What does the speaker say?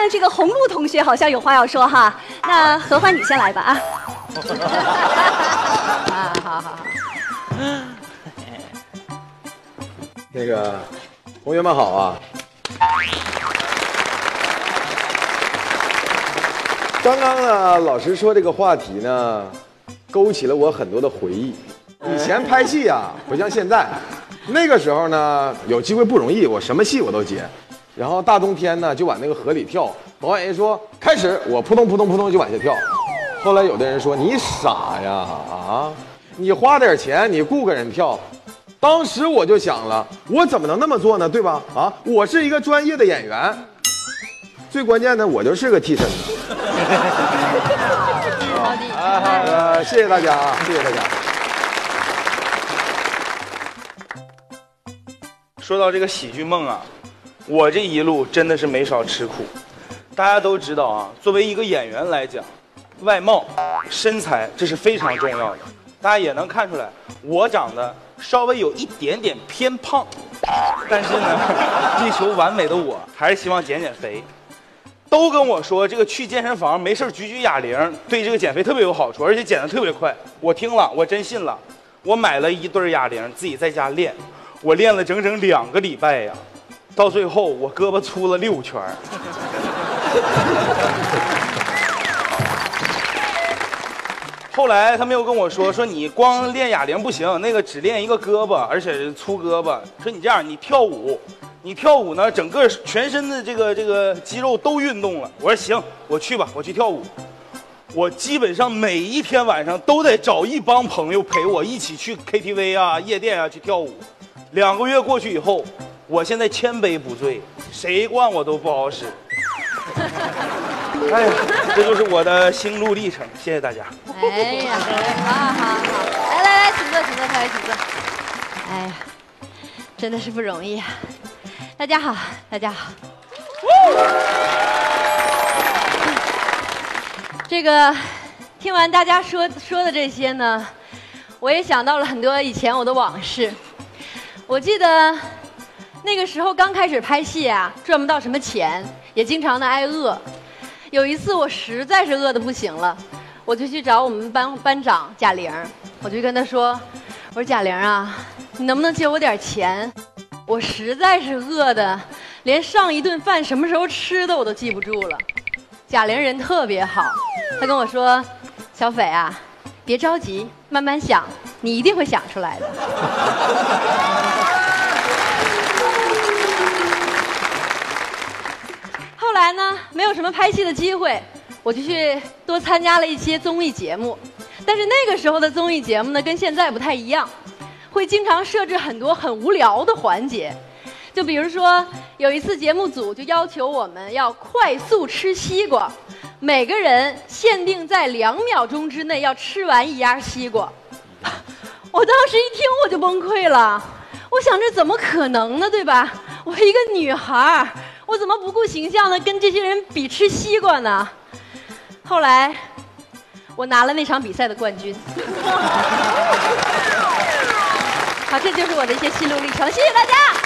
看这个红露同学好像有话要说哈，那何欢你先来吧啊。 好。 那个同学们好啊！刚刚呢，老师说这个话题呢，勾起了我很多的回忆。以前拍戏啊，不像现在，那个时候呢，有机会不容易，我什么戏我都接。然后大冬天呢，就往那个河里跳。导演一说开始，我扑通扑通扑通就往下跳。后来有的人说你傻呀啊，你花点钱你雇个人跳。当时我就想了，我怎么能那么做呢？对吧？啊，我是一个专业的演员，最关键的我就是个替身的。谢谢大家啊，谢谢大家。 说到这个喜剧梦啊，我这一路真的是没少吃苦。大家都知道啊，作为一个演员来讲，外貌、身材这是非常重要的。大家也能看出来，我长得稍微有一点点偏胖，但是呢，力求完美的我还是希望减减肥。都跟我说这个去健身房没事举举哑铃，对这个减肥特别有好处，而且减得特别快。我听了，我真信了。我买了一对哑铃，自己在家练，我练了整整2个礼拜呀，到最后我胳膊粗了6圈。后来他们又跟我说你光练哑铃不行，那个只练一个胳膊，而且是粗胳膊。说你这样，你跳舞呢，整个全身的这个肌肉都运动了。我说行，我去吧，我去跳舞。我基本上每一天晚上都得找一帮朋友陪我一起去 KTV 啊、夜店啊去跳舞。2个月过去以后，我现在千杯不醉，谁灌我都不好使。哎呀，这就是我的心路历程，谢谢大家。 哎呀，好，来，请坐，开始请坐。哎呀，真的是不容易啊！大家好。这个听完大家说的这些呢，我也想到了很多以前我的往事。我记得那个时候刚开始拍戏啊，赚不到什么钱，也经常的挨饿。有一次我实在是饿得不行了，我就去找我们班长贾玲，我就跟他说，我说贾玲啊，你能不能借我点钱？我实在是饿的，连上一顿饭什么时候吃的我都记不住了。贾玲人特别好，她跟我说，小斐啊，别着急，慢慢想，你一定会想出来的。后来呢，没有什么拍戏的机会，我就去多参加了一些综艺节目。但是那个时候的综艺节目呢，跟现在不太一样，会经常设置很多很无聊的环节。就比如说，有一次节目组就要求我们要快速吃西瓜，每个人限定在2秒钟之内要吃完1压西瓜。我当时一听我就崩溃了，我想这怎么可能呢，对吧？我一个女孩，我怎么不顾形象的跟这些人比吃西瓜呢？后来我拿了那场比赛的冠军。好，这就是我的一些心路历程，谢谢大家。